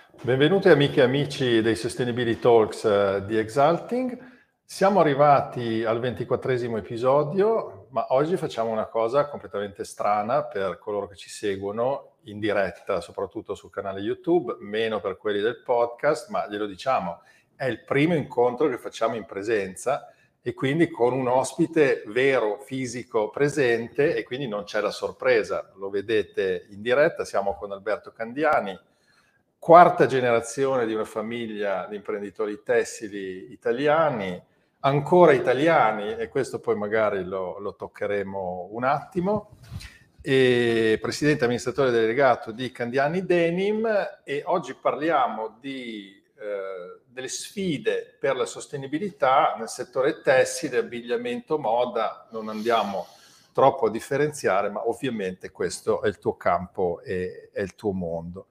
Benvenuti amiche e amici dei Sustainability Talks di Exalting. Siamo arrivati al 24esimo episodio, ma oggi facciamo una cosa completamente strana per coloro che ci seguono in diretta, soprattutto sul canale YouTube, meno per quelli del podcast, ma glielo diciamo, è il primo incontro che facciamo in presenza e quindi con un ospite vero, fisico, presente, e quindi non c'è la sorpresa. Lo vedete in diretta, siamo con Alberto Candiani, quarta generazione di una famiglia di imprenditori tessili italiani, ancora italiani, e questo poi magari lo toccheremo un attimo, e presidente amministratore delegato di Candiani Denim, e oggi parliamo delle sfide per la sostenibilità nel settore tessile, abbigliamento, moda. Non andiamo troppo a differenziare, ma ovviamente questo è il tuo campo e è il tuo mondo.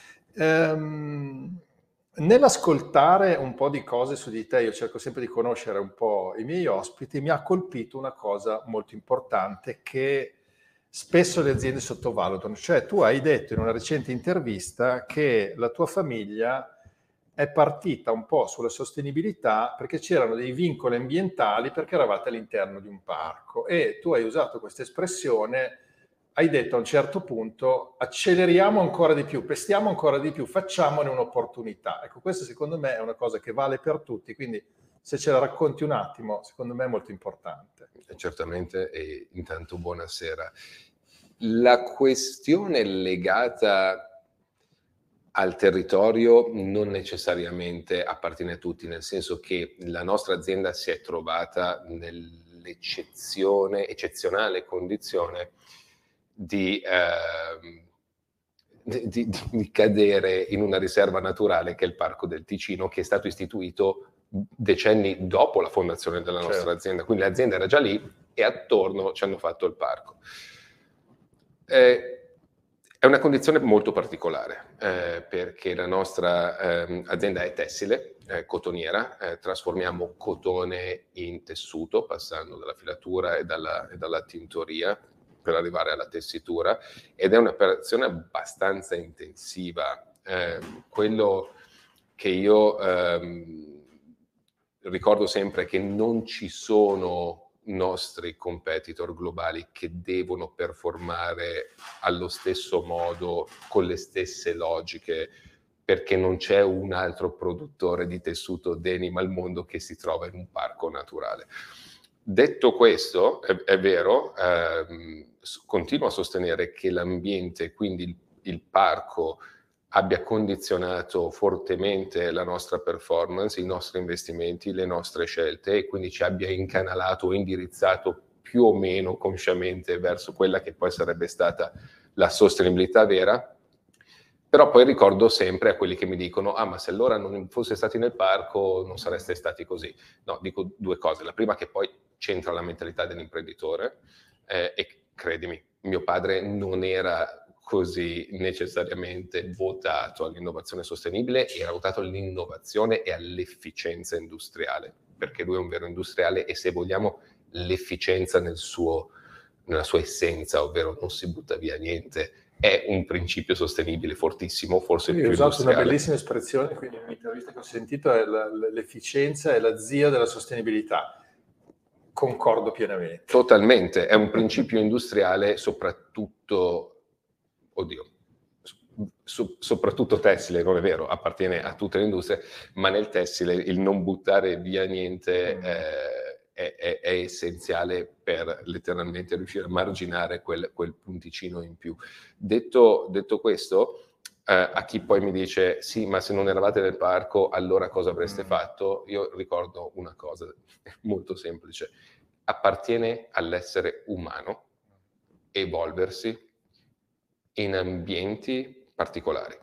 Nell'ascoltare un po' di cose su di te, io cerco sempre di conoscere un po' i miei ospiti, mi ha colpito una cosa molto importante che spesso le aziende sottovalutano. Cioè, tu hai detto in una recente intervista che la tua famiglia è partita un po' sulla sostenibilità perché c'erano dei vincoli ambientali perché eravate all'interno di un parco, e tu hai usato questa espressione. Hai detto a un certo punto: acceleriamo ancora di più, pestiamo ancora di più, facciamone un'opportunità. Ecco, questo secondo me è una cosa che vale per tutti, quindi se ce la racconti un attimo, secondo me è molto importante. Certamente, e intanto buonasera. La questione legata al territorio non necessariamente appartiene a tutti, nel senso che la nostra azienda si è trovata nell'eccezionale condizione di cadere in una riserva naturale che è il Parco del Ticino, che è stato istituito decenni dopo la fondazione della nostra azienda. Quindi l'azienda era già lì e attorno ci hanno fatto il parco. È una condizione molto particolare perché la nostra azienda è tessile, cotoniera, trasformiamo cotone in tessuto passando dalla filatura e dalla tintoria per arrivare alla tessitura, ed è un'operazione abbastanza intensiva. Quello che io ricordo sempre è che non ci sono nostri competitor globali che devono performare allo stesso modo, con le stesse logiche, perché non c'è un altro produttore di tessuto denim al mondo che si trova in un parco naturale. Detto questo, è vero, continuo a sostenere che l'ambiente, quindi il parco, abbia condizionato fortemente la nostra performance, i nostri investimenti, le nostre scelte, e quindi ci abbia incanalato o indirizzato più o meno consciamente verso quella che poi sarebbe stata la sostenibilità vera. Però poi ricordo sempre a quelli che mi dicono: ah, ma se allora non fosse stati nel parco non sareste stati così. No, dico due cose. La prima, che poi c'entra la mentalità dell'imprenditore, e credimi, mio padre non era così necessariamente votato all'innovazione sostenibile, era votato all'innovazione e all'efficienza industriale, perché lui è un vero industriale e, se vogliamo, l'efficienza nella sua essenza, ovvero non si butta via niente, è un principio sostenibile fortissimo, forse il più industriale. Hai usato una bellissima espressione, quindi in un'intervista che ho sentito, è l'efficienza è la zia della sostenibilità. Concordo pienamente. Totalmente, è un principio industriale, soprattutto, soprattutto tessile, non è vero, appartiene a tutte le industrie, ma nel tessile il non buttare via niente è essenziale per letteralmente riuscire a marginare quel punticino in più. Detto questo, a chi poi mi dice: sì, ma se non eravate nel parco allora cosa avreste fatto? Io ricordo una cosa molto semplice: appartiene all'essere umano evolversi in ambienti particolari.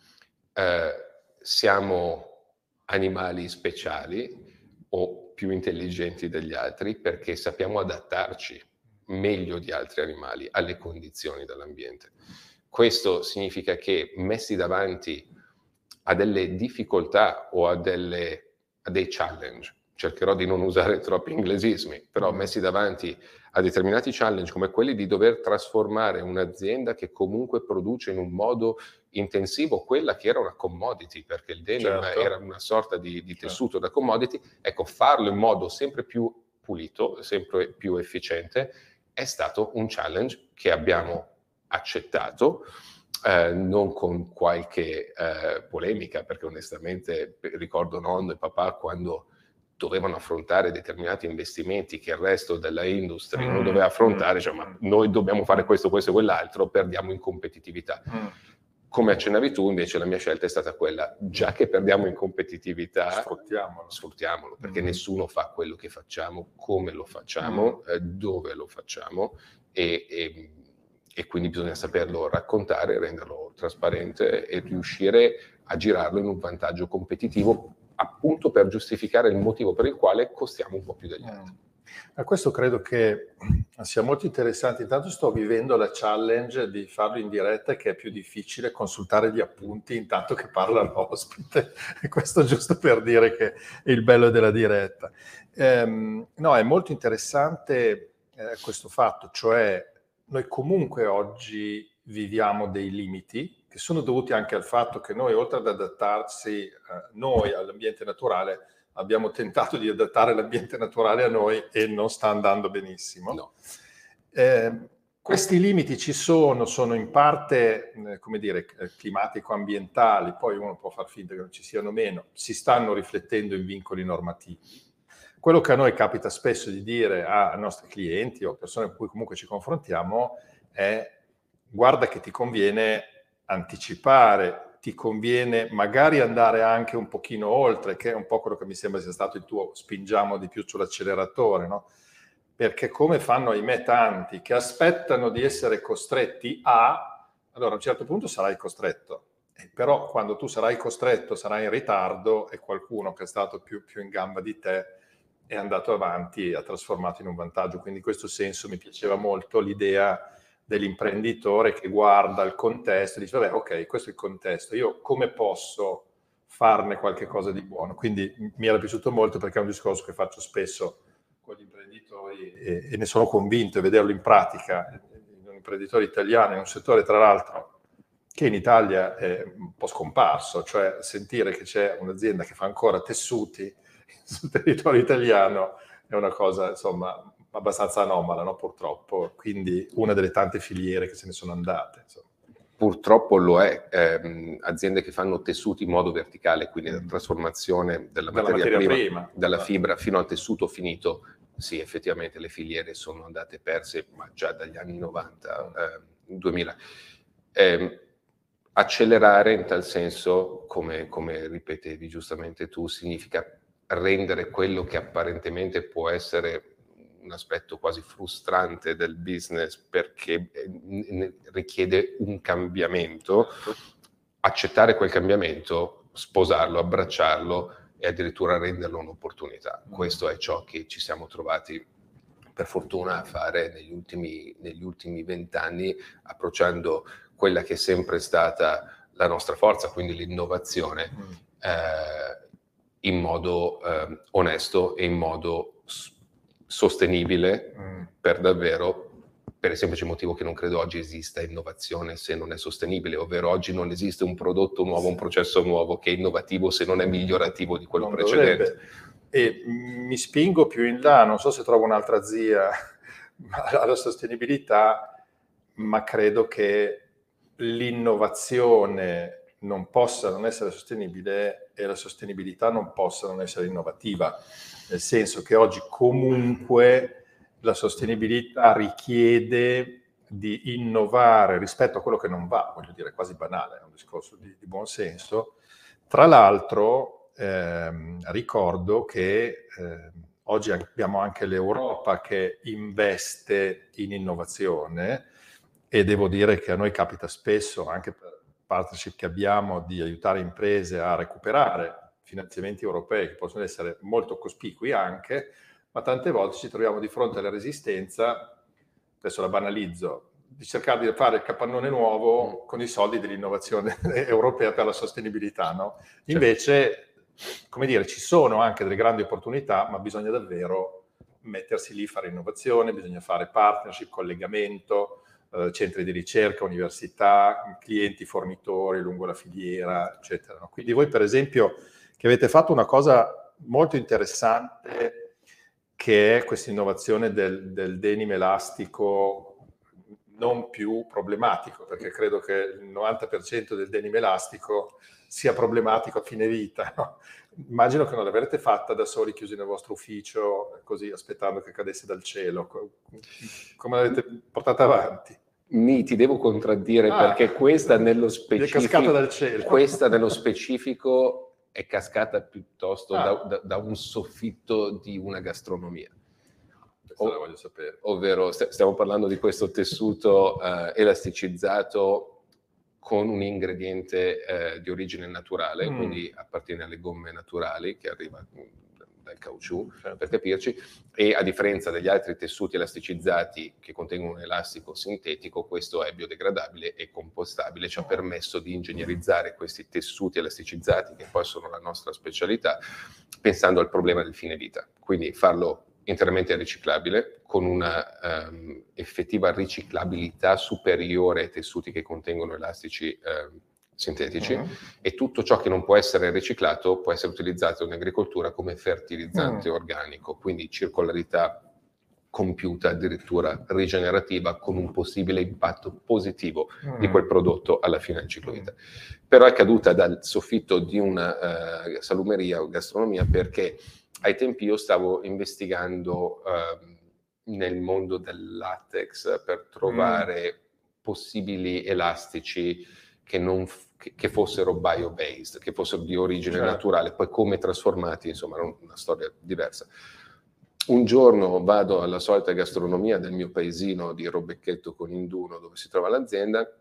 Siamo animali speciali o più intelligenti degli altri perché sappiamo adattarci meglio di altri animali alle condizioni dell'ambiente. Questo significa che, messi davanti a delle difficoltà o a dei challenge, cercherò di non usare troppi inglesismi, però messi davanti a determinati challenge come quelli di dover trasformare un'azienda che comunque produce in un modo intensivo quella che era una commodity, perché il denim era una sorta di tessuto da commodity, ecco, farlo in modo sempre più pulito, sempre più efficiente, è stato un challenge che abbiamo accettato, non con qualche polemica, perché onestamente ricordo nonno e papà quando dovevano affrontare determinati investimenti che il resto della industria non doveva affrontare, cioè, ma noi dobbiamo fare questo, questo e quell'altro, perdiamo in competitività. Come accennavi tu, invece, la mia scelta è stata quella, già che perdiamo in competitività, sfruttiamolo, perché nessuno fa quello che facciamo, come lo facciamo, dove lo facciamo, e quindi bisogna saperlo raccontare, renderlo trasparente e riuscire a girarlo in un vantaggio competitivo, appunto per giustificare il motivo per il quale costiamo un po' più degli altri. A questo credo che sia molto interessante. Intanto sto vivendo la challenge di farlo in diretta, che è più difficile consultare gli appunti intanto che parla l'ospite. E questo giusto per dire che è il bello della diretta. No, è molto interessante questo fatto, cioè noi comunque oggi viviamo dei limiti che sono dovuti anche al fatto che noi, oltre ad adattarsi noi all'ambiente naturale, abbiamo tentato di adattare l'ambiente naturale a noi e non sta andando benissimo. No. Questi limiti ci sono in parte, come dire, climatico-ambientali, poi uno può far finta che non ci siano meno, si stanno riflettendo in vincoli normativi. Quello che a noi capita spesso di dire ai nostri clienti o persone con cui comunque ci confrontiamo è: guarda che ti conviene anticipare, ti conviene magari andare anche un pochino oltre, che è un po' quello che mi sembra sia stato il tuo spingiamo di più sull'acceleratore, no? Perché come fanno, ahimè, tanti che aspettano di essere costretti allora a un certo punto sarai costretto, però quando tu sarai costretto sarai in ritardo e qualcuno che è stato più in gamba di te è andato avanti e ha trasformato in un vantaggio. Quindi in questo senso mi piaceva molto l'idea dell'imprenditore che guarda il contesto e dice: vabbè, ok, questo è il contesto, io come posso farne qualche cosa di buono? Quindi mi era piaciuto molto, perché è un discorso che faccio spesso con gli imprenditori e ne sono convinto, e vederlo in pratica in un imprenditore italiano, in un settore tra l'altro che in Italia è un po' scomparso, cioè sentire che c'è un'azienda che fa ancora tessuti sul territorio italiano è una cosa, insomma, abbastanza anomala, no? Purtroppo. Quindi una delle tante filiere che se ne sono andate, insomma. Purtroppo lo è. Aziende che fanno tessuti in modo verticale, quindi la trasformazione della materia prima, dalla fibra fino al tessuto finito. Sì, effettivamente le filiere sono andate perse, ma già dagli anni 90, 2000. Accelerare in tal senso, come ripetevi giustamente tu, significa rendere quello che apparentemente può essere un aspetto quasi frustrante del business, perché richiede un cambiamento, accettare quel cambiamento, sposarlo, abbracciarlo e addirittura renderlo un'opportunità. Questo è ciò che ci siamo trovati per fortuna a fare negli ultimi 20 anni, approcciando quella che è sempre stata la nostra forza, quindi l'innovazione, in modo onesto e in modo sostenibile per davvero, per il semplice motivo che non credo oggi esista innovazione se non è sostenibile, ovvero oggi non esiste un prodotto nuovo, un processo nuovo che è innovativo se non è migliorativo di quello precedente. Dovrebbe. E mi spingo più in là, non so se trovo un'altra zia alla sostenibilità, ma credo che l'innovazione non possa non essere sostenibile e la sostenibilità non possa non essere innovativa, nel senso che oggi comunque la sostenibilità richiede di innovare rispetto a quello che non va, voglio dire, quasi banale, è un discorso di buon senso. Tra l'altro ricordo che oggi abbiamo anche l'Europa che investe in innovazione, e devo dire che a noi capita spesso, anche per partnership che abbiamo, di aiutare imprese a recuperare finanziamenti europei che possono essere molto cospicui anche, ma tante volte ci troviamo di fronte alla resistenza, adesso la banalizzo, di cercare di fare il capannone nuovo con i soldi dell'innovazione europea per la sostenibilità, no? Invece, come dire, ci sono anche delle grandi opportunità, ma bisogna davvero mettersi lì, fare innovazione, bisogna fare partnership, collegamento, centri di ricerca, università, clienti, fornitori lungo la filiera, eccetera. No? Quindi voi, per esempio, che avete fatto una cosa molto interessante, che è questa innovazione del denim elastico non più problematico, perché credo che il 90% del denim elastico sia problematico a fine vita. No? Immagino che non l'avrete fatta da soli, chiusi nel vostro ufficio, così aspettando che cadesse dal cielo. Come l'avete portata avanti? Ti devo contraddire perché questa nello specifico, è cascata dal cielo. Questa nello specifico è cascata piuttosto da un soffitto di una gastronomia. La voglio sapere. Ovvero stiamo parlando di questo tessuto elasticizzato con un ingrediente di origine naturale, quindi appartiene alle gomme naturali che arriva dal caucciù, per capirci, e a differenza degli altri tessuti elasticizzati che contengono un elastico sintetico, questo è biodegradabile e compostabile, ci ha permesso di ingegnerizzare questi tessuti elasticizzati, che poi sono la nostra specialità, pensando al problema del fine vita, quindi farlo interamente riciclabile, con una effettiva riciclabilità superiore ai tessuti che contengono elastici sintetici, e tutto ciò che non può essere riciclato può essere utilizzato in agricoltura come fertilizzante organico, quindi circolarità compiuta, addirittura rigenerativa, con un possibile impatto positivo di quel prodotto alla fine del ciclo vita. Però è caduta dal soffitto di una salumeria o gastronomia, perché ai tempi io stavo investigando nel mondo del latex per trovare possibili elastici che fossero bio-based, che fossero di origine naturale, poi come trasformati, insomma, una storia diversa. Un giorno vado alla solita gastronomia del mio paesino di Robecchetto con Induno, dove si trova l'azienda,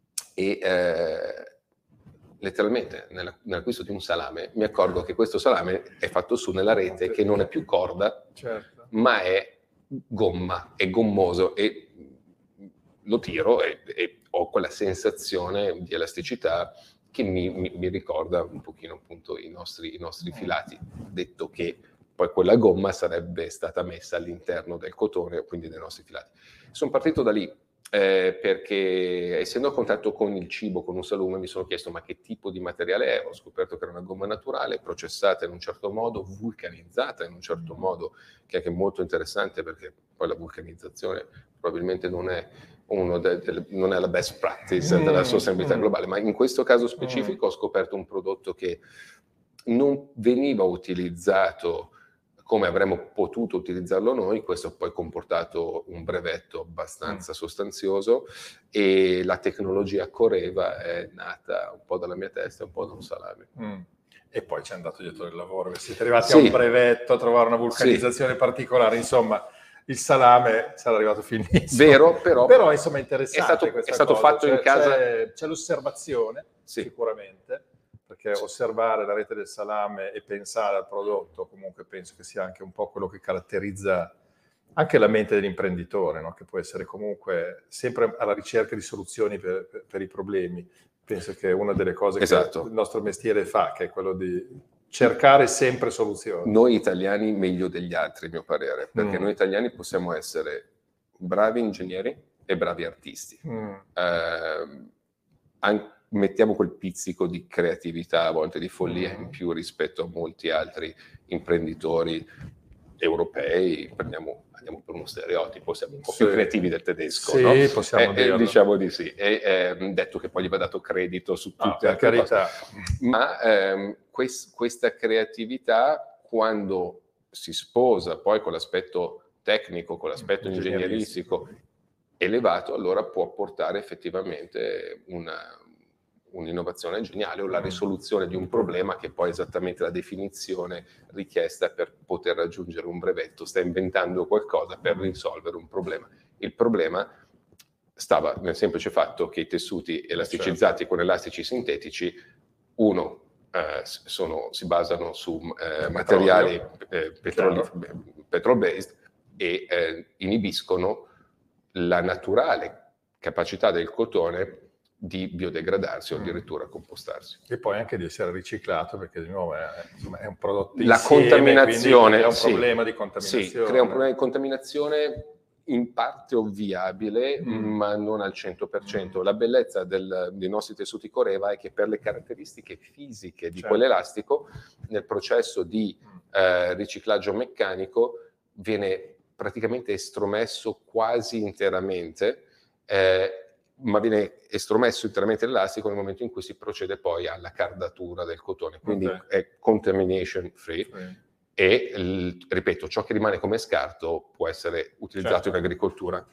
e letteralmente nell'acquisto di un salame mi accorgo che questo salame è fatto su nella rete, che non è più corda, ma è gomma, è gommoso, e lo tiro e ho quella sensazione di elasticità che mi ricorda un pochino appunto i nostri filati, detto che poi quella gomma sarebbe stata messa all'interno del cotone, quindi dei nostri filati. Sono partito da lì perché, essendo a contatto con il cibo, con un salume, mi sono chiesto ma che tipo di materiale è. Ho scoperto che era una gomma naturale, processata in un certo modo, vulcanizzata in un certo modo, che è anche molto interessante, perché poi la vulcanizzazione probabilmente non è non è la best practice della sostenibilità globale, ma in questo caso specifico ho scoperto un prodotto che non veniva utilizzato come avremmo potuto utilizzarlo noi. Questo ha poi comportato un brevetto abbastanza sostanzioso, e la tecnologia Coreva è nata un po' dalla mia testa, un po' da un salame. E poi ci è andato dietro il lavoro, siete arrivati a un brevetto, a trovare una vulcanizzazione particolare, insomma il salame sarà arrivato finissimo. Vero, però insomma è interessante è stato fatto in casa. C'è l'osservazione, sicuramente, perché osservare la rete del salame e pensare al prodotto, comunque penso che sia anche un po' quello che caratterizza anche la mente dell'imprenditore, no? Che può essere comunque sempre alla ricerca di soluzioni per i problemi. Penso che è una delle cose che il nostro mestiere fa, che è quello di cercare sempre soluzioni. Noi italiani meglio degli altri, a mio parere, perché noi italiani possiamo essere bravi ingegneri e bravi artisti. Mettiamo quel pizzico di creatività, a volte di follia in più rispetto a molti altri imprenditori europei. Andiamo per uno stereotipo, siamo un po' più creativi del tedesco, no? Possiamo dirlo. Diciamo di sì, detto che poi gli va dato credito su tutte le carità. Ma questa creatività, quando si sposa poi con l'aspetto tecnico, con l'aspetto ingegneristico elevato, allora può portare effettivamente un'innovazione geniale, o la risoluzione di un problema, che poi è esattamente la definizione richiesta per poter raggiungere un brevetto. Sta inventando qualcosa per risolvere un problema. Il problema stava nel semplice fatto che i tessuti elasticizzati con elastici sintetici, si basano su materiali petrol-based, e inibiscono la naturale capacità del cotone di biodegradarsi o addirittura compostarsi. E poi anche di essere riciclato, perché di nuovo è un prodotto La insieme, contaminazione crea un problema di contaminazione. Sì, crea un problema di contaminazione in parte ovviabile, ma non al 100%. La bellezza dei nostri tessuti Coreva è che per le caratteristiche fisiche di quell'elastico, nel processo di riciclaggio meccanico viene praticamente estromesso quasi interamente, ma viene estromesso interamente l'elastico nel momento in cui si procede poi alla cardatura del cotone, quindi è contamination free. E, ripeto, ciò che rimane come scarto può essere utilizzato in agricoltura.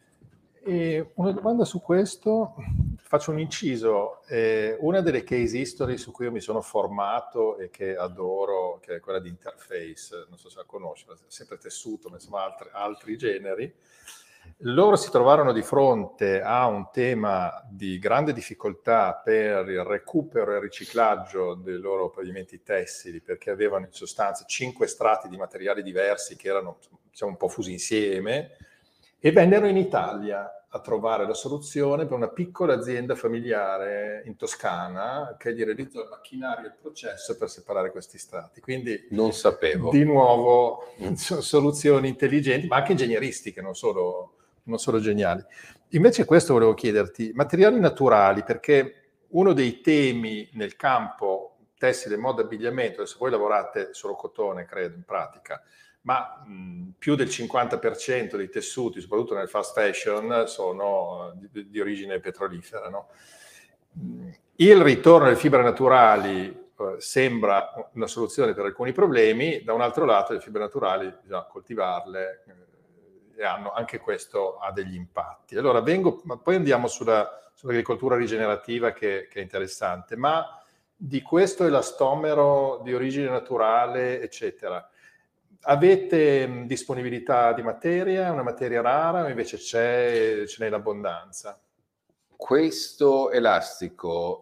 E una domanda su questo, faccio un inciso. Una delle case history su cui io mi sono formato e che adoro, che è quella di Interface, non so se la conosci, sempre tessuto, ma insomma altri generi. Loro si trovarono di fronte a un tema di grande difficoltà per il recupero e il riciclaggio dei loro pavimenti tessili, perché avevano in sostanza 5 strati di materiali diversi che erano, diciamo, un po' fusi insieme, e vennero in Italia a trovare la soluzione per una piccola azienda familiare in Toscana che gli realizzò il macchinario e il processo per separare questi strati. Quindi, non sapevo. Di nuovo, soluzioni intelligenti, ma anche ingegneristiche, non solo geniali. Invece questo volevo chiederti, materiali naturali, perché uno dei temi nel campo tessile, moda, abbigliamento, adesso voi lavorate solo cotone, credo, in pratica, ma più del 50% dei tessuti, soprattutto nel fast fashion, sono di origine petrolifera, no? Il ritorno alle fibre naturali sembra una soluzione per alcuni problemi, da un altro lato le fibre naturali bisogna coltivarle, e anche questo ha degli impatti. Allora ma poi andiamo sull'agricoltura rigenerativa che è interessante, ma di questo elastomero di origine naturale, eccetera, avete disponibilità di materia, una materia rara, o invece ce n'è in abbondanza? Questo elastico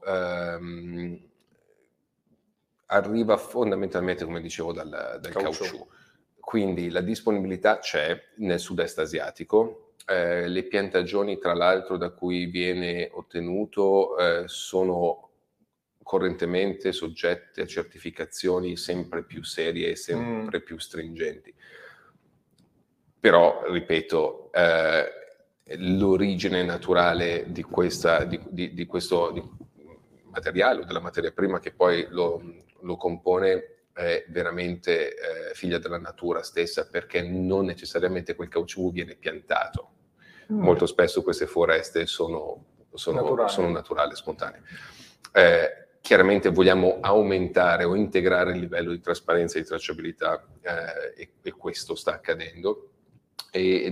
arriva fondamentalmente, come dicevo, dal caucciù. Quindi la disponibilità c'è nel sud-est asiatico. Le piantagioni, tra l'altro, da cui viene ottenuto sono correntemente soggette a certificazioni sempre più serie e sempre più stringenti. Però, ripeto, l'origine naturale di questo materiale o della materia prima che poi lo compone è veramente figlia della natura stessa, perché non necessariamente quel caucciù viene piantato. Molto spesso queste foreste sono naturali, spontanee. Chiaramente vogliamo aumentare o integrare il livello di trasparenza e di tracciabilità, e questo sta accadendo. E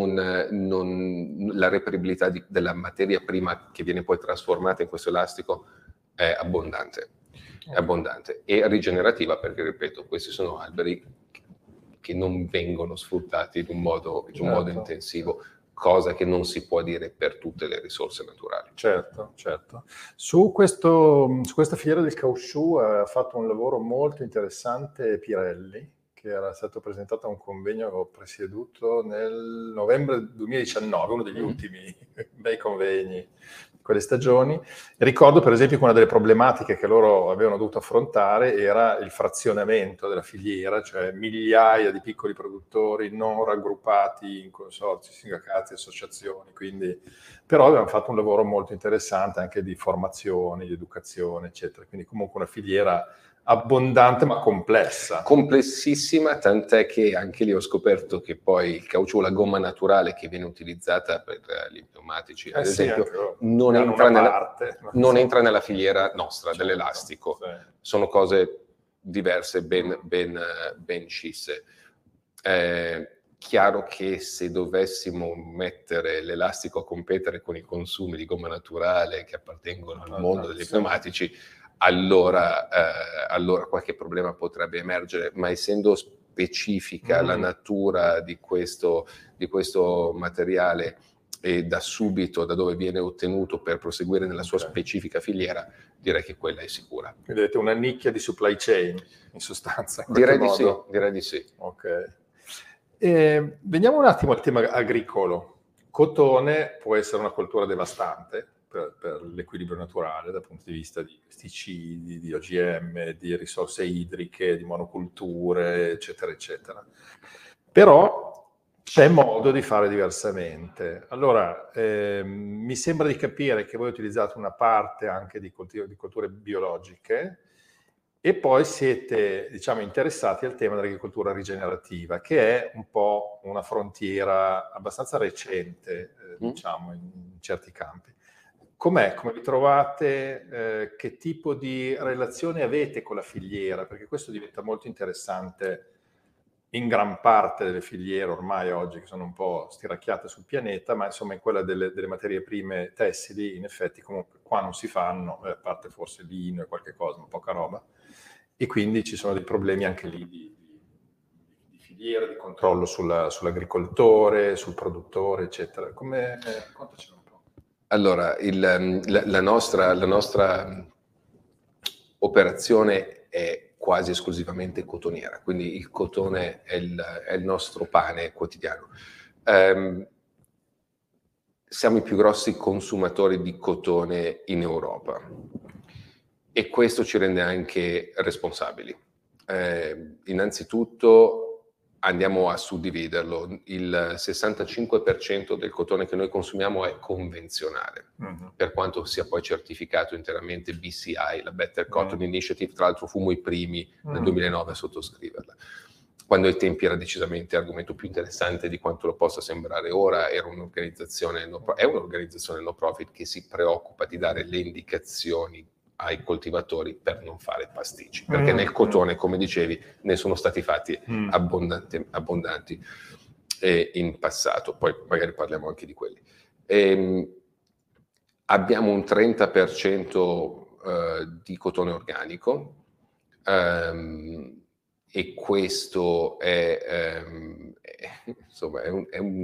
la reperibilità della materia prima che viene poi trasformata in questo elastico è abbondante. È abbondante e rigenerativa, perché, ripeto, questi sono alberi che non vengono sfruttati in un modo intensivo, cosa che non si può dire per tutte le risorse naturali. Certo. Su questa filiera del caucciù ha fatto un lavoro molto interessante Pirelli, che era stato presentato a un convegno che ho presieduto nel novembre 2019, uno degli ultimi bei convegni di quelle stagioni. Ricordo per esempio che una delle problematiche che loro avevano dovuto affrontare era il frazionamento della filiera, cioè migliaia di piccoli produttori non raggruppati in consorzi, sindacati, associazioni, però avevano fatto un lavoro molto interessante anche di formazione, di educazione, eccetera. Quindi comunque una filiera abbondante ma complessa. Complessissima, tant'è che anche lì ho scoperto che poi il caucciù, la gomma naturale che viene utilizzata per gli pneumatici, ad esempio, non entra nella filiera nostra, dell'elastico. Sì. Sono cose diverse, ben scisse. Chiaro che se dovessimo mettere l'elastico a competere con i consumi di gomma naturale che appartengono al mondo degli pneumatici, allora qualche problema potrebbe emergere, ma essendo specifica la natura di questo materiale e da subito da dove viene ottenuto per proseguire nella sua specifica filiera, direi che quella è sicura. Quindi avete una nicchia di supply chain, in sostanza. Direi di sì. Ok. Veniamo un attimo al tema agricolo. Cotone può essere una coltura devastante, per l'equilibrio naturale dal punto di vista di pesticidi, di OGM, di risorse idriche, di monoculture, eccetera, eccetera. Però c'è modo di fare diversamente. Allora, mi sembra di capire che voi utilizzate una parte anche di colture biologiche e poi siete, diciamo, interessati al tema dell'agricoltura rigenerativa, che è un po' una frontiera abbastanza recente, diciamo, in certi campi. Com'è? Come vi trovate? Che tipo di relazione avete con la filiera? Perché questo diventa molto interessante in gran parte delle filiere ormai oggi, che sono un po' stiracchiate sul pianeta, ma insomma in quella delle materie prime tessili, in effetti comunque qua non si fanno, a parte forse lino e qualche cosa, ma poca roba, e quindi ci sono dei problemi anche lì di filiera, di controllo sull'agricoltore, sul produttore, eccetera. Contaci un po'. Allora, la nostra operazione è quasi esclusivamente cotoniera, quindi il cotone è il nostro pane quotidiano. Siamo i più grossi consumatori di cotone in Europa e questo ci rende anche responsabili. Innanzitutto andiamo a suddividerlo. Il 65% del cotone che noi consumiamo è convenzionale, per quanto sia poi certificato interamente BCI, la Better Cotton Initiative. Tra l'altro fummo i primi nel 2009 a sottoscriverla. Quando ai tempi era decisamente argomento più interessante di quanto lo possa sembrare ora, è un'organizzazione no profit che si preoccupa di dare le indicazioni ai coltivatori per non fare pasticci, perché nel cotone, come dicevi, ne sono stati fatti abbondanti in passato, poi magari parliamo anche di quelli. Abbiamo un 30% di cotone organico, e questo insomma, è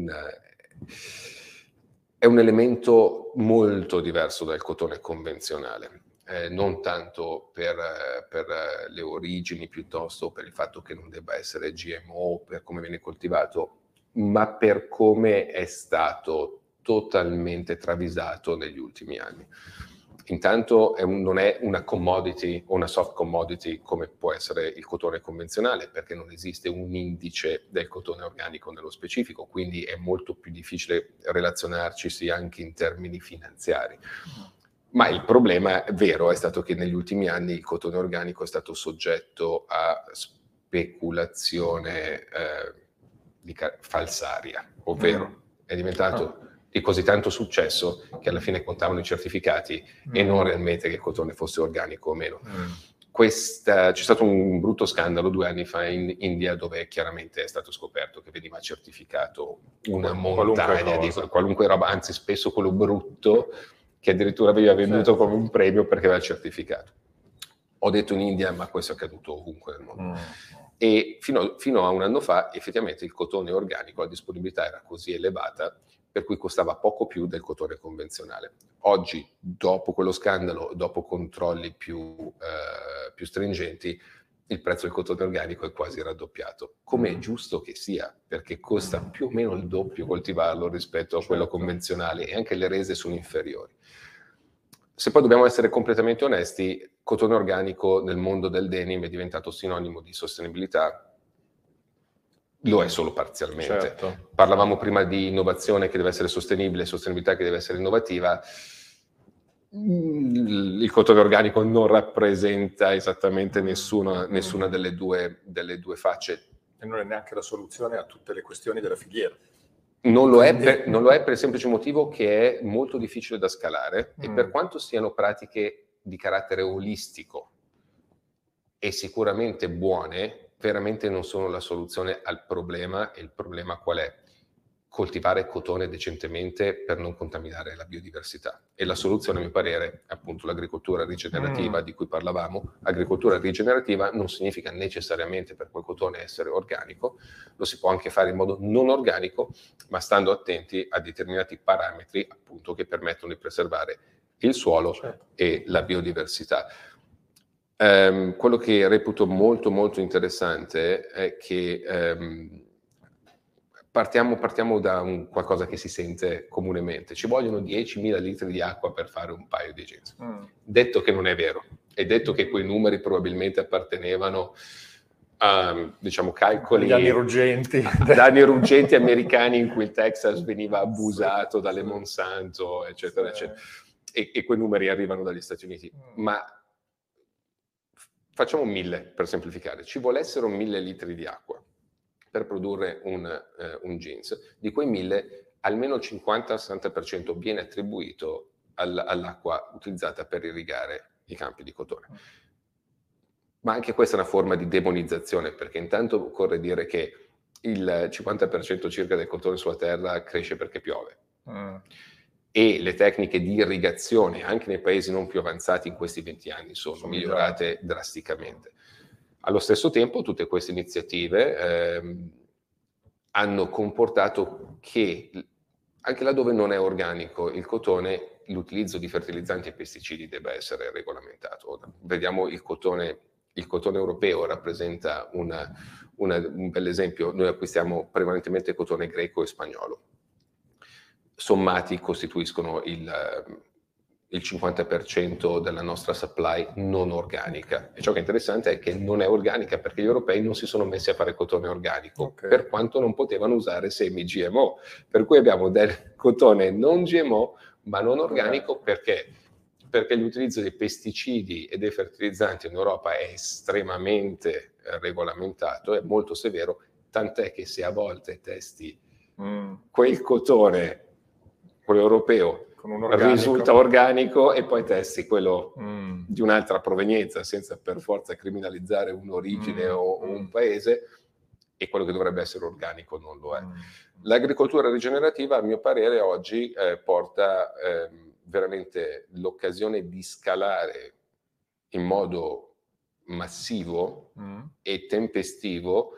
un elemento molto diverso dal cotone convenzionale. Non tanto per le origini, piuttosto per il fatto che non debba essere GMO, per come viene coltivato, ma per come è stato totalmente travisato negli ultimi anni. Intanto non è una commodity o una soft commodity come può essere il cotone convenzionale, perché non esiste un indice del cotone organico nello specifico, quindi è molto più difficile relazionarci anche in termini finanziari. Ma il problema vero è stato che negli ultimi anni il cotone organico è stato soggetto a speculazione falsaria, ovvero è diventato di così tanto successo che alla fine contavano i certificati e non realmente che il cotone fosse organico o meno. C'è stato un brutto scandalo 2 anni fa in India, dove chiaramente è stato scoperto che veniva certificato una montagna di qualunque roba, anzi spesso quello brutto che addirittura veniva venduto come un premio perché aveva il certificato. Ho detto in India, ma questo è accaduto ovunque nel mondo. E fino a un anno fa effettivamente il cotone organico, la disponibilità era così elevata per cui costava poco più del cotone convenzionale. Oggi, dopo quello scandalo, dopo controlli più stringenti, il prezzo del cotone organico è quasi raddoppiato, come è giusto che sia, perché costa più o meno il doppio coltivarlo rispetto a quello convenzionale, e anche le rese sono inferiori. Se poi dobbiamo essere completamente onesti, cotone organico nel mondo del denim è diventato sinonimo di sostenibilità. Lo è solo parzialmente. Certo. Parlavamo prima di innovazione che deve essere sostenibile, sostenibilità che deve essere innovativa. Il cotone organico non rappresenta esattamente nessuna delle due facce. E non è neanche la soluzione a tutte le questioni della filiera. Non lo è per il semplice motivo che è molto difficile da scalare, e per quanto siano pratiche di carattere olistico e sicuramente buone, veramente non sono la soluzione al problema. E il problema qual è? Coltivare cotone decentemente per non contaminare la biodiversità. E la soluzione, a mio parere, è appunto l'agricoltura rigenerativa di cui parlavamo. Agricoltura rigenerativa non significa necessariamente per quel cotone essere organico, lo si può anche fare in modo non organico, ma stando attenti a determinati parametri, appunto, che permettono di preservare il suolo e la biodiversità. Quello che reputo molto molto interessante è che Partiamo da qualcosa che si sente comunemente. Ci vogliono 10.000 litri di acqua per fare un paio di jeans. Detto che non è vero, è detto che quei numeri probabilmente appartenevano a, diciamo, calcoli... Danni ruggenti. Danni ruggenti americani in cui il Texas veniva abusato dalle Monsanto, eccetera, eccetera. E quei numeri arrivano dagli Stati Uniti. Ma facciamo 1000 per semplificare. Ci volessero 1000 litri di acqua per produrre un jeans. Di quei 1000, almeno il 50-60% viene attribuito all'acqua utilizzata per irrigare i campi di cotone. Ma anche questa è una forma di demonizzazione, perché intanto occorre dire che il 50% circa del cotone sulla terra cresce perché piove. E le tecniche di irrigazione, anche nei paesi non più avanzati in questi 20 anni, sono migliorate drasticamente. Allo stesso tempo, tutte queste iniziative hanno comportato che, anche laddove non è organico il cotone, l'utilizzo di fertilizzanti e pesticidi debba essere regolamentato. Vediamo il cotone europeo rappresenta un bel esempio. Noi acquistiamo prevalentemente cotone greco e spagnolo. Sommati costituiscono il 50% della nostra supply non organica. E ciò che è interessante è che non è organica perché gli europei non si sono messi a fare cotone organico, per quanto non potevano usare semi GMO. Per cui abbiamo del cotone non GMO, ma non organico. Perché? Perché l'utilizzo dei pesticidi e dei fertilizzanti in Europa è estremamente regolamentato, è molto severo, tant'è che se a volte testi quel cotone, quello europeo, risulta organico, e poi testi quello di un'altra provenienza, senza per forza criminalizzare un'origine o un paese, e quello che dovrebbe essere organico non lo è. L'agricoltura rigenerativa, a mio parere, oggi porta veramente l'occasione di scalare in modo massivo e tempestivo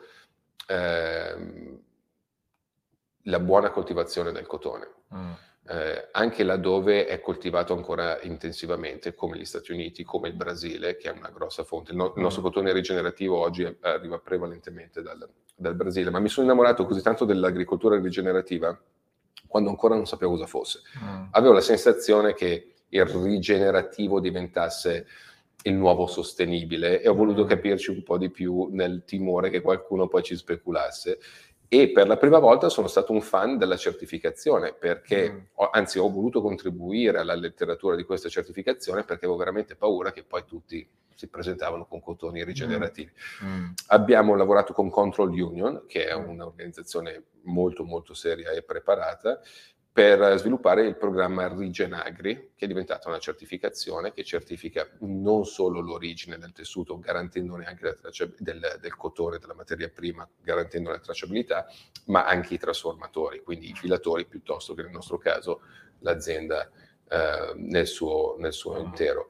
la buona coltivazione del cotone. Anche laddove è coltivato ancora intensivamente, come gli Stati Uniti, come il Brasile, che è una grossa fonte. Il nostro cotone rigenerativo oggi arriva prevalentemente dal Brasile, ma mi sono innamorato così tanto dell'agricoltura rigenerativa quando ancora non sapevo cosa fosse. Avevo la sensazione che il rigenerativo diventasse il nuovo sostenibile, e ho voluto capirci un po' di più, nel timore che qualcuno poi ci speculasse. E per la prima volta sono stato un fan della certificazione, perché anzi ho voluto contribuire alla letteratura di questa certificazione, perché avevo veramente paura che poi tutti si presentavano con cotoni rigenerativi. Abbiamo lavorato con Control Union, che è un'organizzazione molto molto seria e preparata, per sviluppare il programma Rigenagri, che è diventata una certificazione che certifica non solo l'origine del tessuto, garantendone anche del cotone, della materia prima, garantendo la tracciabilità, ma anche i trasformatori, quindi i filatori, piuttosto che nel nostro caso l'azienda nel suo intero.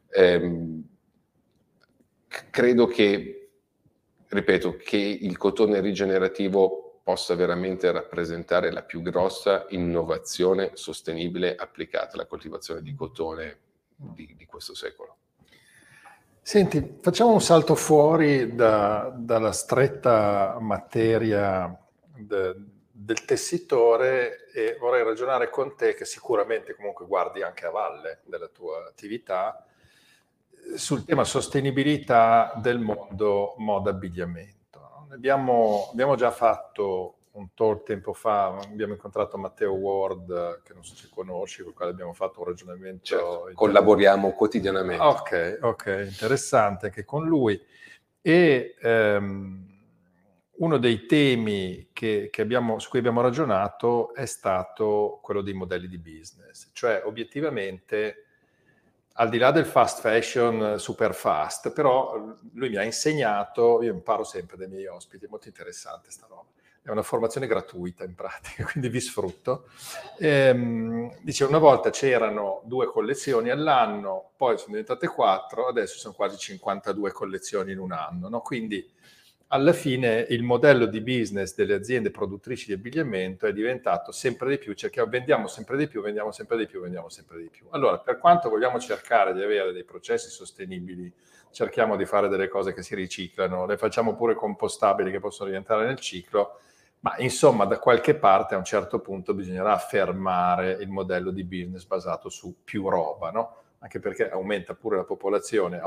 Credo che, ripeto, che il cotone rigenerativo possa veramente rappresentare la più grossa innovazione sostenibile applicata alla coltivazione di cotone di questo secolo. Senti, facciamo un salto fuori dalla stretta materia del tessitore, e vorrei ragionare con te, che sicuramente comunque guardi anche a valle della tua attività, sul tema sostenibilità del mondo moda abbigliamento. Abbiamo già fatto un talk tempo fa, abbiamo incontrato Matteo Ward, che non so se conosci, con il quale abbiamo fatto un ragionamento. Certo, collaboriamo quotidianamente. Ok, interessante anche con lui. E uno dei temi su cui abbiamo ragionato è stato quello dei modelli di business, cioè obiettivamente, al di là del fast fashion super fast, però lui mi ha insegnato, io imparo sempre dai miei ospiti, è molto interessante sta roba, è una formazione gratuita in pratica, quindi vi sfrutto. Dice, una volta c'erano 2 collezioni all'anno, poi sono diventate 4, adesso sono quasi 52 collezioni in un anno, no? Quindi alla fine il modello di business delle aziende produttrici di abbigliamento è diventato sempre di più, vendiamo sempre di più, vendiamo sempre di più, vendiamo sempre di più. Allora, per quanto vogliamo cercare di avere dei processi sostenibili, cerchiamo di fare delle cose che si riciclano, le facciamo pure compostabili che possono rientrare nel ciclo, Ma insomma, da qualche parte a un certo punto bisognerà affermare il modello di business basato su più roba, no? Anche perché aumenta pure la popolazione,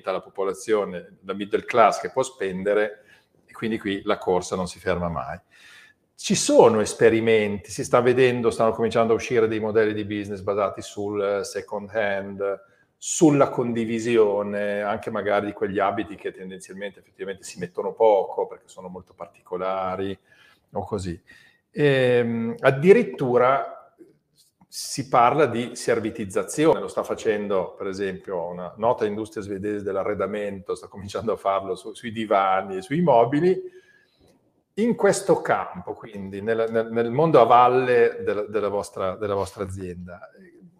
la middle class che può spendere, e quindi qui la corsa non si ferma mai. Ci sono esperimenti, si sta vedendo, stanno cominciando a uscire dei modelli di business basati sul second hand, sulla condivisione, anche magari di quegli abiti che tendenzialmente effettivamente si mettono poco perché sono molto particolari o così. Addirittura si parla di servitizzazione, lo sta facendo per esempio una nota industria svedese dell'arredamento, sta cominciando a farlo sui divani e sui mobili. In questo campo, quindi nel mondo a valle della vostra azienda,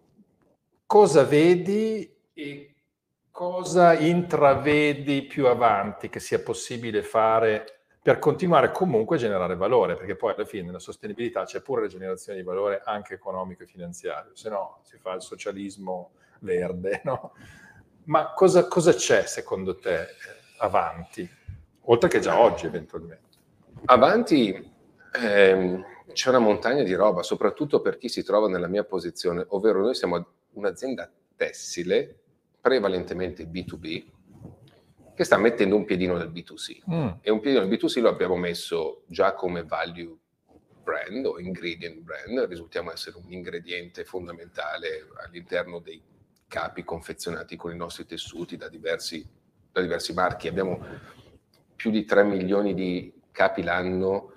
cosa vedi e cosa intravedi più avanti che sia possibile fare per continuare comunque a generare valore? Perché poi alla fine nella sostenibilità c'è pure la generazione di valore anche economico e finanziario, se no si fa il socialismo verde, no? Ma cosa c'è secondo te avanti? Oltre che già oggi eventualmente. Avanti c'è una montagna di roba, soprattutto per chi si trova nella mia posizione, ovvero noi siamo un'azienda tessile, prevalentemente B2B, che sta mettendo un piedino nel B2C. E un piedino nel B2C lo abbiamo messo già come value brand o ingredient brand, risultiamo essere un ingrediente fondamentale all'interno dei capi confezionati con i nostri tessuti da diversi marchi. Abbiamo più di 3 milioni di capi l'anno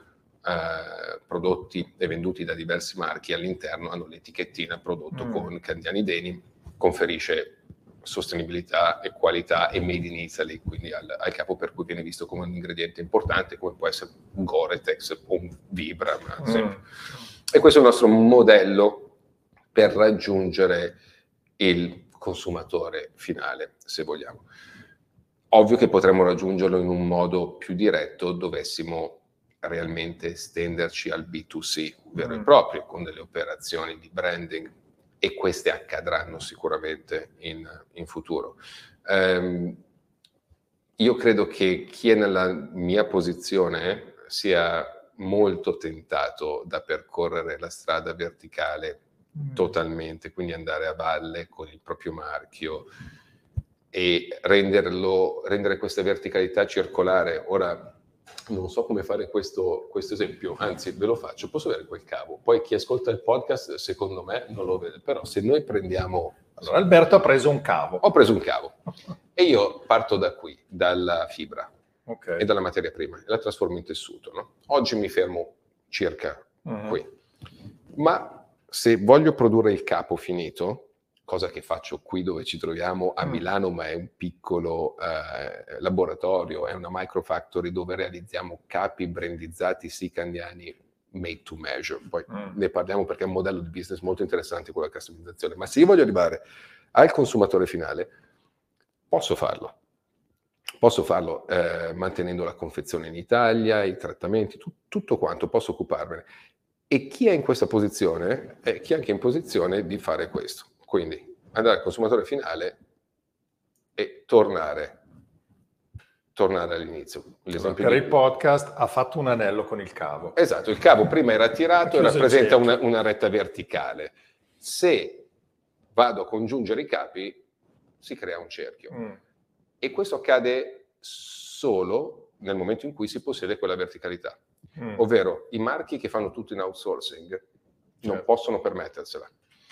prodotti e venduti da diversi marchi, all'interno hanno l'etichettina prodotto con Candiani Denim, conferisce sostenibilità e qualità e made in Italy, quindi al capo, per cui viene visto come un ingrediente importante, come può essere un Gore-Tex o un Vibram. E questo è il nostro modello per raggiungere il consumatore finale, se vogliamo. Ovvio che potremmo raggiungerlo in un modo più diretto, dovessimo realmente estenderci al B2C vero e proprio, con delle operazioni di branding, e queste accadranno sicuramente in futuro. Io credo che chi è nella mia posizione sia molto tentato da percorrere la strada verticale totalmente, quindi andare a valle con il proprio marchio e rendere questa verticalità circolare. Ora, non so come fare questo esempio, anzi ve lo faccio, posso vedere quel cavo? Poi chi ascolta il podcast secondo me non lo vede, però se noi prendiamo... Allora, Alberto ha preso un cavo. Ho preso un cavo e io parto da qui, dalla fibra e dalla materia prima, e la trasformo in tessuto, no? Oggi mi fermo circa qui, ma se voglio produrre il capo finito, cosa che faccio qui dove ci troviamo a Milano, ma è un piccolo laboratorio, è una microfactory dove realizziamo capi brandizzati Candiani made to measure. Poi ne parliamo perché è un modello di business molto interessante con la customizzazione. Ma se io voglio arrivare al consumatore finale, posso farlo. Posso farlo mantenendo la confezione in Italia, i trattamenti, tutto quanto, posso occuparmene. E chi è in questa posizione è chi è anche in posizione di fare questo. Quindi andare al consumatore finale e tornare all'inizio. Per il podcast ha fatto un anello con il cavo. Esatto, il cavo prima era tirato e rappresenta una retta verticale. Se vado a congiungere i capi, si crea un cerchio. E questo accade solo nel momento in cui si possiede quella verticalità. Ovvero, i marchi che fanno tutto in outsourcing non possono permettersela.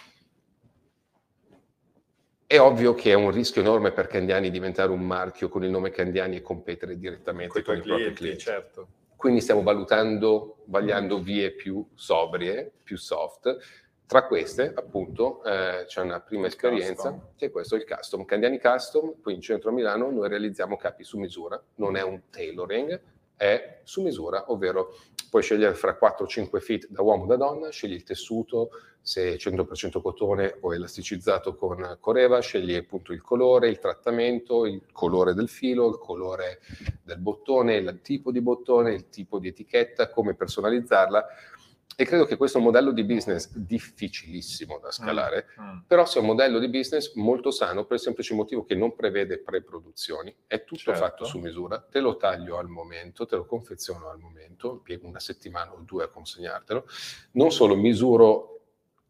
È ovvio che è un rischio enorme per Candiani diventare un marchio con il nome Candiani e competere direttamente con i propri clienti. Certo. Quindi stiamo vagliando vie più sobrie, più soft. Tra queste, appunto, c'è una prima esperienza, che è questo, il custom. Candiani Custom, qui in centro a Milano, noi realizziamo capi su misura, non è un tailoring, è su misura, ovvero puoi scegliere fra 4-5 fit da uomo o da donna, scegli il tessuto, se è 100% cotone o elasticizzato con Coreva, scegli appunto il colore, il trattamento, il colore del filo, il colore del bottone, il tipo di bottone, il tipo di etichetta, come personalizzarla, E credo che questo modello di business difficilissimo da scalare, però sia un modello di business molto sano per il semplice motivo che non prevede pre-produzioni, è tutto fatto su misura, te lo taglio al momento, te lo confeziono al momento, impiego una settimana o 2 a consegnartelo, non solo misuro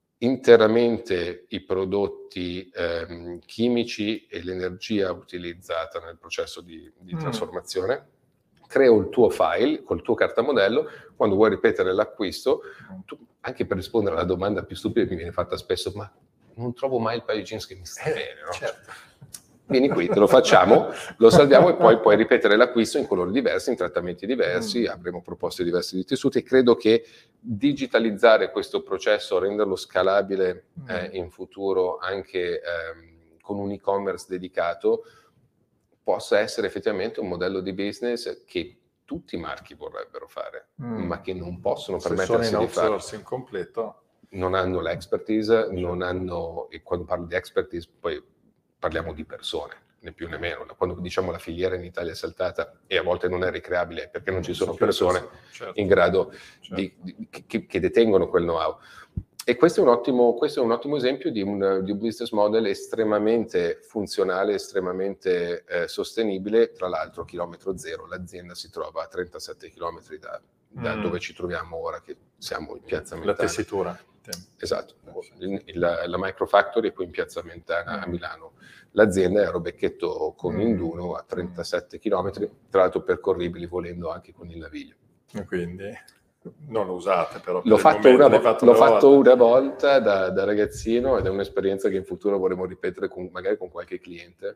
interamente i prodotti chimici e l'energia utilizzata nel processo di trasformazione, creo il tuo file col tuo cartamodello, quando vuoi ripetere l'acquisto, tu, anche per rispondere alla domanda più stupida che mi viene fatta spesso, ma non trovo mai il paio di jeans che mi sta bene, no? Certo. Vieni qui, te lo facciamo, lo salviamo e poi puoi ripetere l'acquisto in colori diversi, in trattamenti diversi, avremo proposte diverse di tessuti e credo che digitalizzare questo processo, renderlo scalabile in futuro anche con un e-commerce dedicato, possa essere effettivamente un modello di business che tutti i marchi vorrebbero fare, ma che non possono permettersi di fare. Sono in outsourcing completo. Non hanno l'expertise, non hanno, e quando parlo di expertise poi parliamo di persone, né più né meno. Quando diciamo la filiera in Italia è saltata e a volte non è ricreabile perché non ci sono persone in grado che detengono quel know-how. E questo è un ottimo esempio di un business model estremamente funzionale, estremamente sostenibile. Tra l'altro, chilometro zero, l'azienda si trova a 37 chilometri da dove ci troviamo ora, che siamo in Piazza Mentana. La tessitura. Esatto, la Microfactory è qui in Piazza Mentana a Milano. L'azienda è a Robecchetto con Induno a 37 chilometri, tra l'altro percorribili volendo anche con il Naviglio. E quindi non lo usate però. L'ho fatto una volta da ragazzino ed è un'esperienza che in futuro vorremmo ripetere magari con qualche cliente.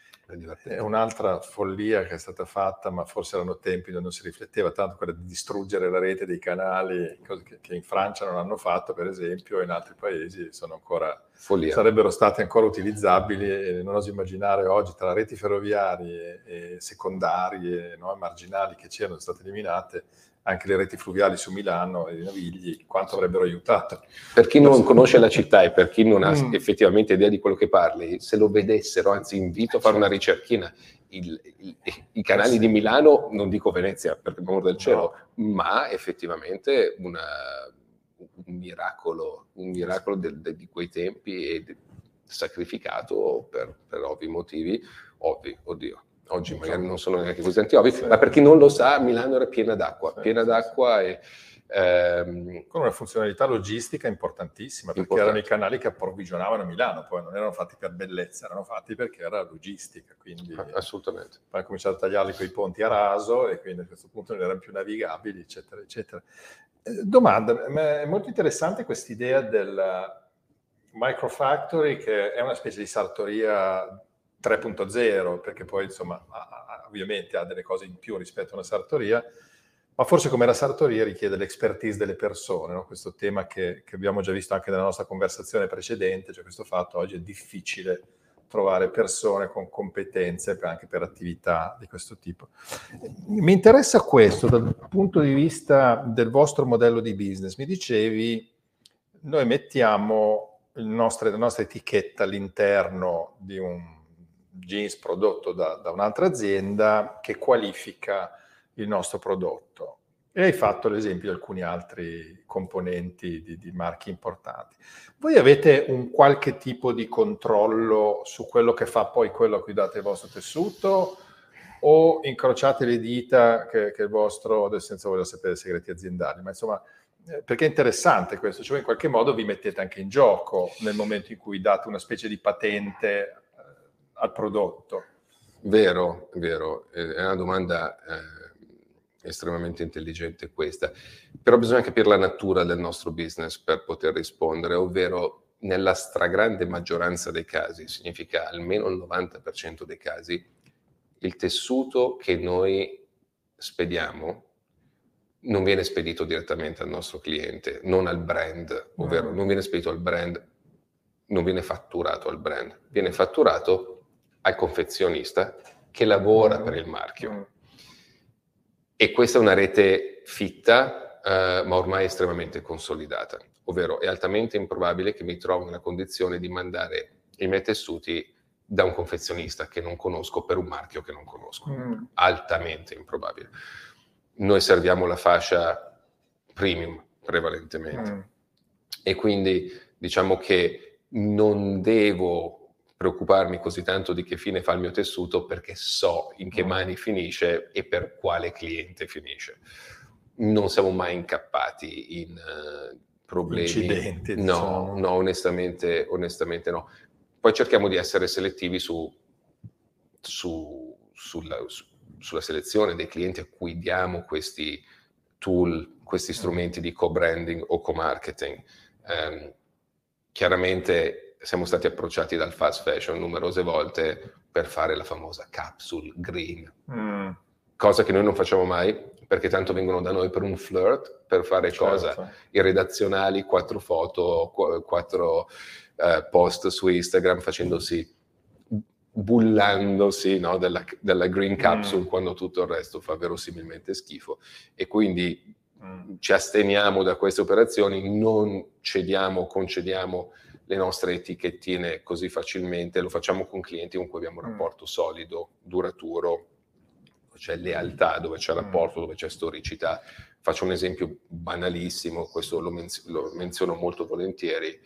È un'altra follia che è stata fatta, ma forse erano tempi dove non si rifletteva tanto, quella di distruggere la rete dei canali, cose che in Francia non hanno fatto, per esempio, e in altri paesi sono ancora sarebbero state ancora utilizzabili, e non oso immaginare oggi tra reti ferroviarie e secondarie, no, marginali che c'erano, state eliminate, anche le reti fluviali su Milano e i Navigli, quanto avrebbero aiutato. Per chi non conosce la città e per chi non ha effettivamente idea di quello che parli, se lo vedessero, anzi invito a fare una ricerchina, i canali di Milano, non dico Venezia per l'amor del cielo, ma effettivamente un miracolo di quei tempi e sacrificato per ovvi motivi, oggi magari non sono neanche così tanti ovvi, ma per chi non lo sa, Milano era piena d'acqua e con una funzionalità logistica importantissima, perché erano i canali che approvvigionavano Milano, poi non erano fatti per bellezza, erano fatti perché era logistica, quindi assolutamente. Poi hanno cominciato a tagliarli con i ponti a raso e quindi a questo punto non erano più navigabili, eccetera, eccetera. Domanda, è molto interessante quest'idea del Microfactory, che è una specie di sartoria 3.0, perché poi insomma ovviamente ha delle cose in più rispetto a una sartoria, ma forse come la sartoria richiede l'expertise delle persone, no? Questo tema che abbiamo già visto anche nella nostra conversazione precedente, cioè questo fatto oggi è difficile trovare persone con competenze anche per attività di questo tipo. Mi interessa questo dal punto di vista del vostro modello di business. Mi dicevi, noi mettiamo la nostra etichetta all'interno di un jeans prodotto da un'altra azienda che qualifica il nostro prodotto. E hai fatto l'esempio di alcuni altri componenti di marchi importanti. Voi avete un qualche tipo di controllo su quello che fa poi quello a cui date il vostro tessuto, o incrociate le dita che il vostro, senza voler sapere segreti aziendali, ma insomma, perché è interessante questo, cioè in qualche modo vi mettete anche in gioco nel momento in cui date una specie di patente al prodotto. Vero, è una domanda estremamente intelligente questa, però bisogna capire la natura del nostro business per poter rispondere, ovvero nella stragrande maggioranza dei casi, significa almeno il 90% dei casi, il tessuto che noi spediamo non viene spedito direttamente al nostro cliente, non al brand, ovvero non viene spedito al brand, non viene fatturato al brand, viene fatturato al confezionista che lavora per il marchio. E questa è una rete fitta, ma ormai estremamente consolidata, ovvero è altamente improbabile che mi trovi nella condizione di mandare i miei tessuti da un confezionista che non conosco per un marchio che non conosco. Altamente improbabile. Noi serviamo la fascia premium, prevalentemente. E quindi diciamo che non devo preoccuparmi così tanto di che fine fa il mio tessuto, perché so in che mani finisce e per quale cliente finisce. Non siamo mai incappati in problemi. Incidenti, No, diciamo. no, onestamente no. Poi cerchiamo di essere selettivi sulla selezione dei clienti a cui diamo questi tool, questi strumenti di co-branding o co-marketing. Chiaramente siamo stati approcciati dal fast fashion numerose volte per fare la famosa capsule green, cosa che noi non facciamo mai, perché tanto vengono da noi per un flirt, per fare cosa? I redazionali, 4 foto, 4 post su Instagram facendosi, bullandosi, no, della green capsule quando tutto il resto fa verosimilmente schifo. E quindi ci asteniamo da queste operazioni, non concediamo le nostre etichettine così facilmente, lo facciamo con clienti con cui abbiamo un rapporto solido, duraturo, c'è lealtà, dove c'è rapporto, dove c'è storicità. Faccio un esempio banalissimo, questo lo menziono molto volentieri,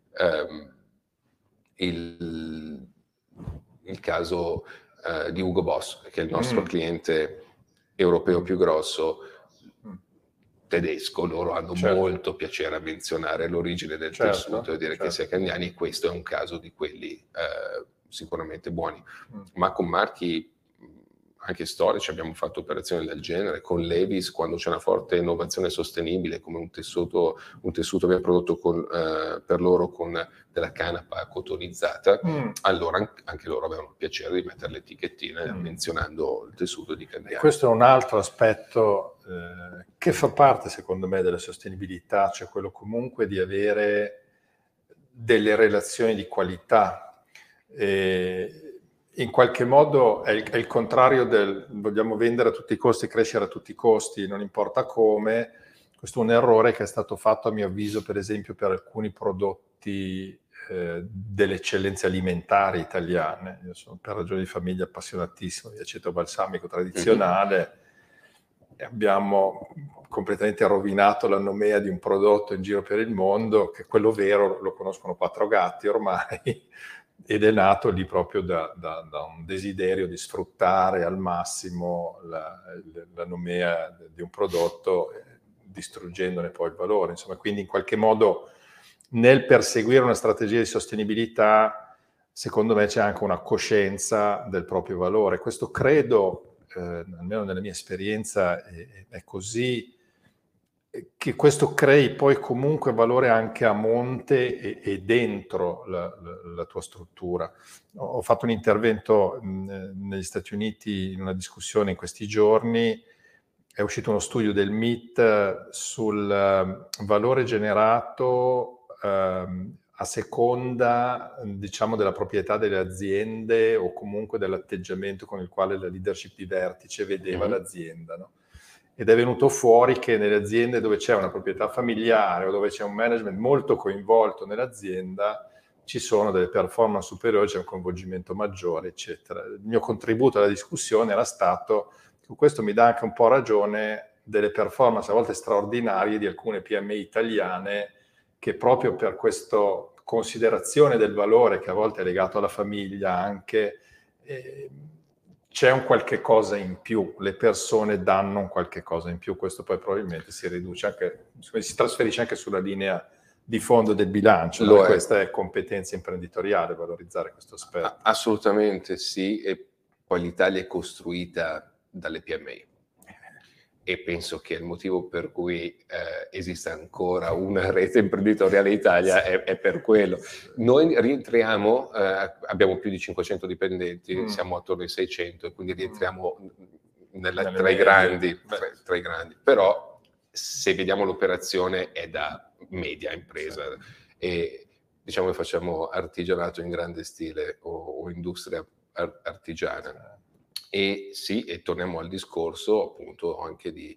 il caso di Hugo Boss, che è il nostro cliente europeo più grosso, tedesco. Loro hanno molto piacere a menzionare l'origine del tessuto e dire che sia Candiani, e questo è un caso di quelli sicuramente buoni. Ma con marchi anche storici abbiamo fatto operazioni del genere, con Levi's, quando c'è una forte innovazione sostenibile, come un tessuto abbiamo prodotto per loro con della canapa cotonizzata, allora anche loro avevano il piacere di mettere le etichettine menzionando il tessuto di Candiani. Questo è un altro aspetto che fa parte, secondo me, della sostenibilità, cioè quello comunque di avere delle relazioni di qualità. In qualche modo è il contrario del vogliamo vendere a tutti i costi, crescere a tutti i costi, non importa come. Questo è un errore che è stato fatto, a mio avviso, per esempio, per alcuni prodotti delle eccellenze alimentari italiane. Io sono, per ragioni di famiglia, appassionatissimo di aceto balsamico tradizionale e abbiamo completamente rovinato la nomea di un prodotto in giro per il mondo, che quello vero lo conoscono 4 gatti ormai, ed è nato lì proprio da un desiderio di sfruttare al massimo la nomea di un prodotto, distruggendone poi il valore. Insomma, quindi in qualche modo nel perseguire una strategia di sostenibilità, secondo me c'è anche una coscienza del proprio valore. Questo credo, almeno nella mia esperienza, è così, che questo crei poi comunque valore anche a monte e dentro la tua struttura. Ho fatto un intervento negli Stati Uniti in una discussione in questi giorni, è uscito uno studio del MIT sul valore generato a seconda, diciamo, della proprietà delle aziende o comunque dell'atteggiamento con il quale la leadership di vertice vedeva l'azienda, no? Ed è venuto fuori che nelle aziende dove c'è una proprietà familiare o dove c'è un management molto coinvolto nell'azienda ci sono delle performance superiori, c'è un coinvolgimento maggiore, eccetera. Il mio contributo alla discussione era stato, questo mi dà anche un po' ragione delle performance a volte straordinarie di alcune PMI italiane che proprio per questa considerazione del valore che a volte è legato alla famiglia anche, c'è un qualche cosa in più, le persone danno un qualche cosa in più, questo poi probabilmente si riduce anche, si trasferisce anche sulla linea di fondo del bilancio, no? Questa è competenza imprenditoriale, valorizzare questo aspetto. Assolutamente sì, e poi l'Italia è costruita dalle PMI. E penso che il motivo per cui esiste ancora una rete imprenditoriale in Italia è per quello. Noi rientriamo, abbiamo più di 500 dipendenti, siamo attorno ai 600, e quindi rientriamo tra i grandi. Però se vediamo l'operazione è da media impresa, e diciamo che facciamo artigianato in grande stile o industria artigiana. E sì, e torniamo al discorso appunto anche di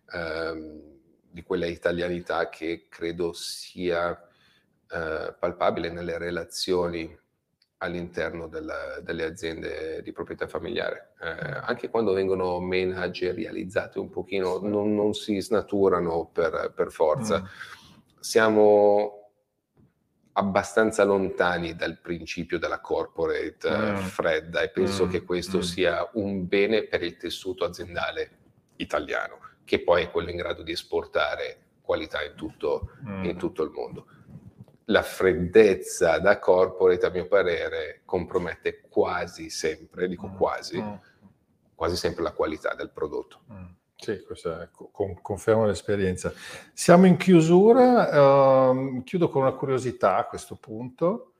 quella italianità che credo sia palpabile nelle relazioni all'interno delle aziende di proprietà familiare. Anche quando vengono managerializzate un pochino, non si snaturano per forza. Siamo abbastanza lontani dal principio della corporate fredda, e penso che questo sia un bene per il tessuto aziendale italiano, che poi è quello in grado di esportare qualità in tutto il mondo. La freddezza da corporate, a mio parere, compromette quasi sempre, dico quasi sempre la qualità del prodotto. Sì, questa confermo l'esperienza. Siamo in chiusura, chiudo con una curiosità a questo punto,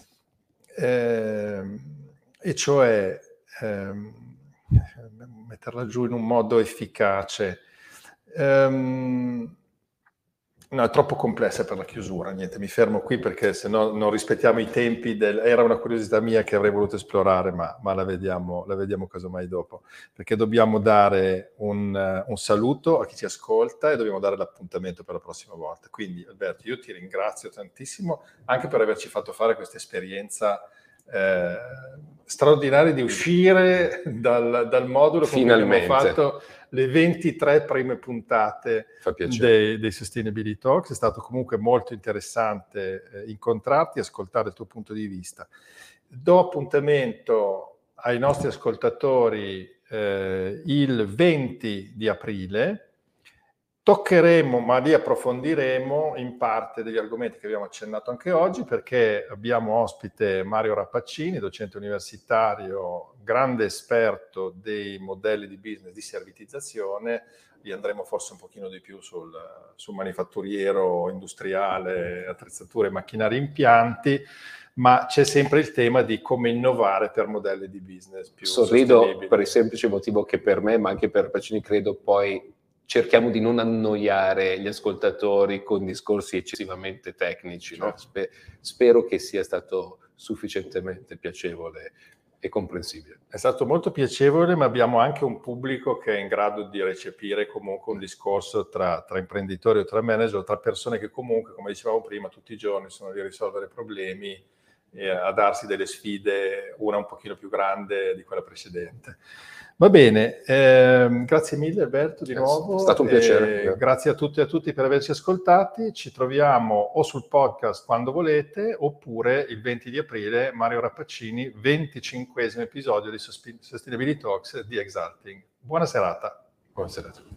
e cioè metterla giù in un modo efficace. No, è troppo complessa per la chiusura, niente, mi fermo qui perché se no non rispettiamo i tempi era una curiosità mia che avrei voluto esplorare, ma la vediamo casomai dopo, perché dobbiamo dare un saluto a chi ci ascolta e dobbiamo dare l'appuntamento per la prossima volta. Quindi Alberto, io ti ringrazio tantissimo anche per averci fatto fare questa esperienza straordinaria di uscire dal modulo con cui abbiamo fatto le 23 prime puntate dei Sustainability Talks. È stato comunque molto interessante incontrarti e ascoltare il tuo punto di vista. Do appuntamento ai nostri ascoltatori il 20 di aprile. Toccheremo, ma li approfondiremo in parte degli argomenti che abbiamo accennato anche oggi, perché abbiamo ospite Mario Rappaccini, docente universitario, grande esperto dei modelli di business di servitizzazione. Lì andremo forse un pochino di più sul manifatturiero, industriale, attrezzature, macchinari, impianti, ma c'è sempre il tema di come innovare per modelli di business più sostenibili. Sorrido per il semplice motivo che per me, ma anche per Rappaccini, credo poi cerchiamo di non annoiare gli ascoltatori con discorsi eccessivamente tecnici. Certo. No? Spero che sia stato sufficientemente piacevole e comprensibile. È stato molto piacevole, ma abbiamo anche un pubblico che è in grado di recepire comunque un discorso tra imprenditori o tra manager, tra persone che comunque, come dicevamo prima, tutti i giorni sono lì a risolvere problemi e a darsi delle sfide, una un pochino più grande di quella precedente. Va bene, grazie mille Alberto di nuovo. È stato un piacere. Grazie a tutti e a tutti per averci ascoltati. Ci troviamo o sul podcast quando volete, oppure il 20 di aprile, Mario Rappaccini, 25esimo episodio di Sustainability Talks di Exalting. Buona serata. Buona serata.